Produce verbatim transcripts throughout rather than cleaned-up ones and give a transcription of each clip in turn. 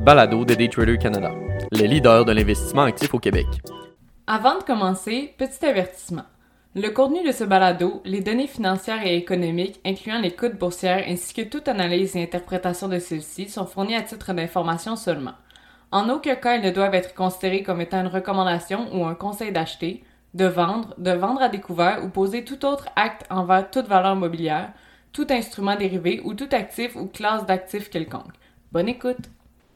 balado de Daytrader Canada, les leaders de l'investissement actif au Québec. Avant de commencer, petit avertissement. Le contenu de ce balado, les données financières et économiques, incluant les cotes boursières ainsi que toute analyse et interprétation de celles-ci, sont fournies à titre d'information seulement. En aucun cas, elles ne doivent être considérées comme étant une recommandation ou un conseil d'acheter, de vendre, de vendre à découvert ou poser tout autre acte envers toute valeur mobilière, tout instrument dérivé ou tout actif ou classe d'actifs quelconque. Bonne écoute!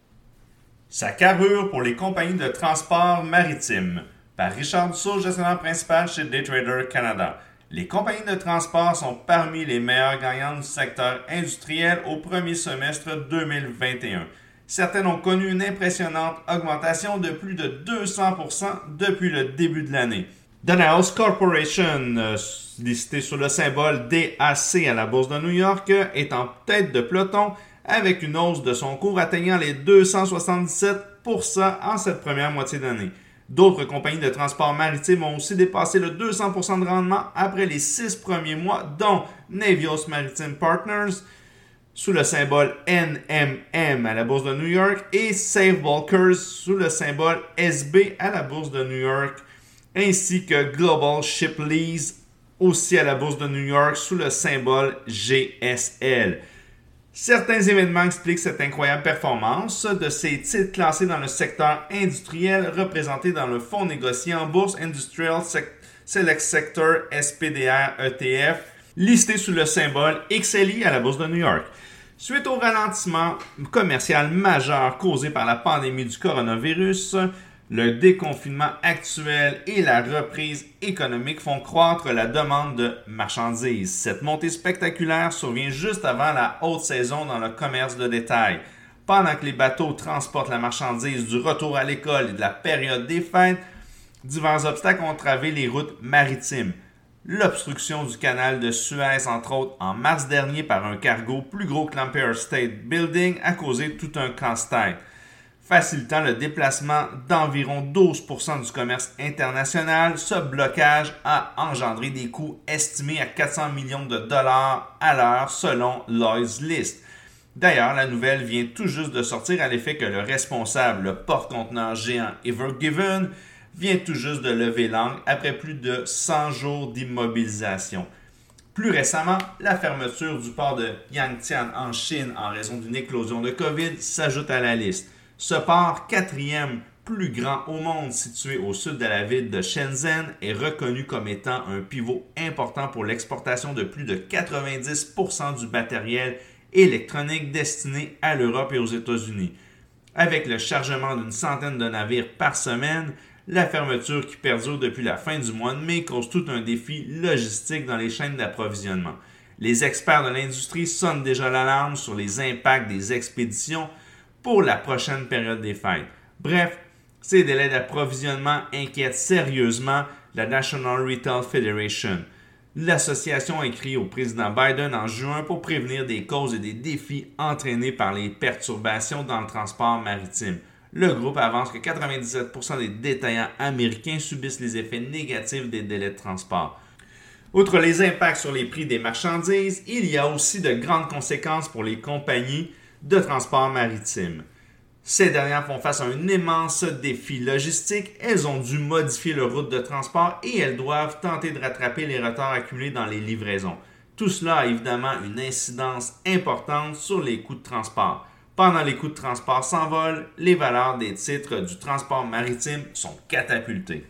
Sa carrure pour les compagnies de transport maritime, par Richard Dussault, gestionnaire principal chez Daytrader Canada. Les compagnies de transport sont parmi les meilleures gagnantes du secteur industriel au premier semestre deux mille vingt et un. Certaines ont connu une impressionnante augmentation de plus de deux cents pour cent depuis le début de l'année. Danaos Corporation, euh, listée sur le symbole D A C à la Bourse de New York, est en tête de peloton avec une hausse de son cours atteignant les deux cent soixante-dix-sept pour cent en cette première moitié d'année. D'autres compagnies de transport maritime ont aussi dépassé le deux cents pour cent de rendement après les six premiers mois, dont Navios Maritime Partners, sous le symbole N M M à la Bourse de New York, et Safe Bulkers sous le symbole S B à la Bourse de New York, ainsi que Global Ship Lease aussi à la Bourse de New York sous le symbole G S L. Certains événements expliquent cette incroyable performance de ces titres classés dans le secteur industriel représentés dans le fonds négocié en bourse Industrial Select Sector S P D R E T F, listé sous le symbole X L I à la Bourse de New York. Suite au ralentissement commercial majeur causé par la pandémie du coronavirus, le déconfinement actuel et la reprise économique font croître la demande de marchandises. Cette montée spectaculaire survient juste avant la haute saison dans le commerce de détail. Pendant que les bateaux transportent la marchandise du retour à l'école et de la période des fêtes, divers obstacles ont travé les routes maritimes. L'obstruction du canal de Suez, entre autres, en mars dernier par un cargo plus gros que l'Empire State Building, a causé tout un casse-tête, facilitant le déplacement d'environ douze pour cent du commerce international. Ce blocage a engendré des coûts estimés à quatre cents millions de dollars à l'heure selon Lloyd's List. D'ailleurs, la nouvelle vient tout juste de sortir à l'effet que le responsable, le porte-conteneurs géant Ever Given, vient tout juste de lever l'angle après plus de cent jours d'immobilisation. Plus récemment, la fermeture du port de Yangtian en Chine en raison d'une éclosion de COVID s'ajoute à la liste. Ce port, quatrième plus grand au monde situé au sud de la ville de Shenzhen, est reconnu comme étant un pivot important pour l'exportation de plus de quatre-vingt-dix pour cent du matériel électronique destiné à l'Europe et aux États-Unis. Avec le chargement d'une centaine de navires par semaine, la fermeture qui perdure depuis la fin du mois de mai cause tout un défi logistique dans les chaînes d'approvisionnement. Les experts de l'industrie sonnent déjà l'alarme sur les impacts des expéditions pour la prochaine période des fêtes. Bref, ces délais d'approvisionnement inquiètent sérieusement la National Retail Federation. L'association a écrit au président Biden en juin pour prévenir des causes et des défis entraînés par les perturbations dans le transport maritime. Le groupe avance que quatre-vingt-dix-sept pour cent des détaillants américains subissent les effets négatifs des délais de transport. Outre les impacts sur les prix des marchandises, il y a aussi de grandes conséquences pour les compagnies de transport maritime. Ces dernières font face à un immense défi logistique. Elles ont dû modifier leur route de transport et elles doivent tenter de rattraper les retards accumulés dans les livraisons. Tout cela a évidemment une incidence importante sur les coûts de transport. Pendant les coûts de transport s'envolent, les valeurs des titres du transport maritime sont catapultées.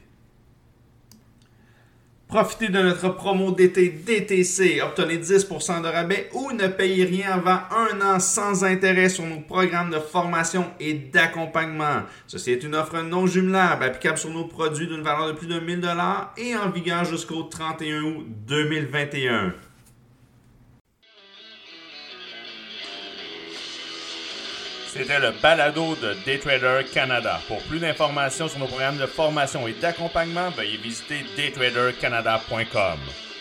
Profitez de notre promo d'été D T C. Obtenez dix pour cent de rabais ou ne payez rien avant un an sans intérêt sur nos programmes de formation et d'accompagnement. Ceci est une offre non jumelable, applicable sur nos produits d'une valeur de plus de mille dollars et en vigueur jusqu'au trente et un août deux mille vingt et un. C'était le balado de Daytrader Canada. Pour plus d'informations sur nos programmes de formation et d'accompagnement, veuillez visiter daytrader canada point com.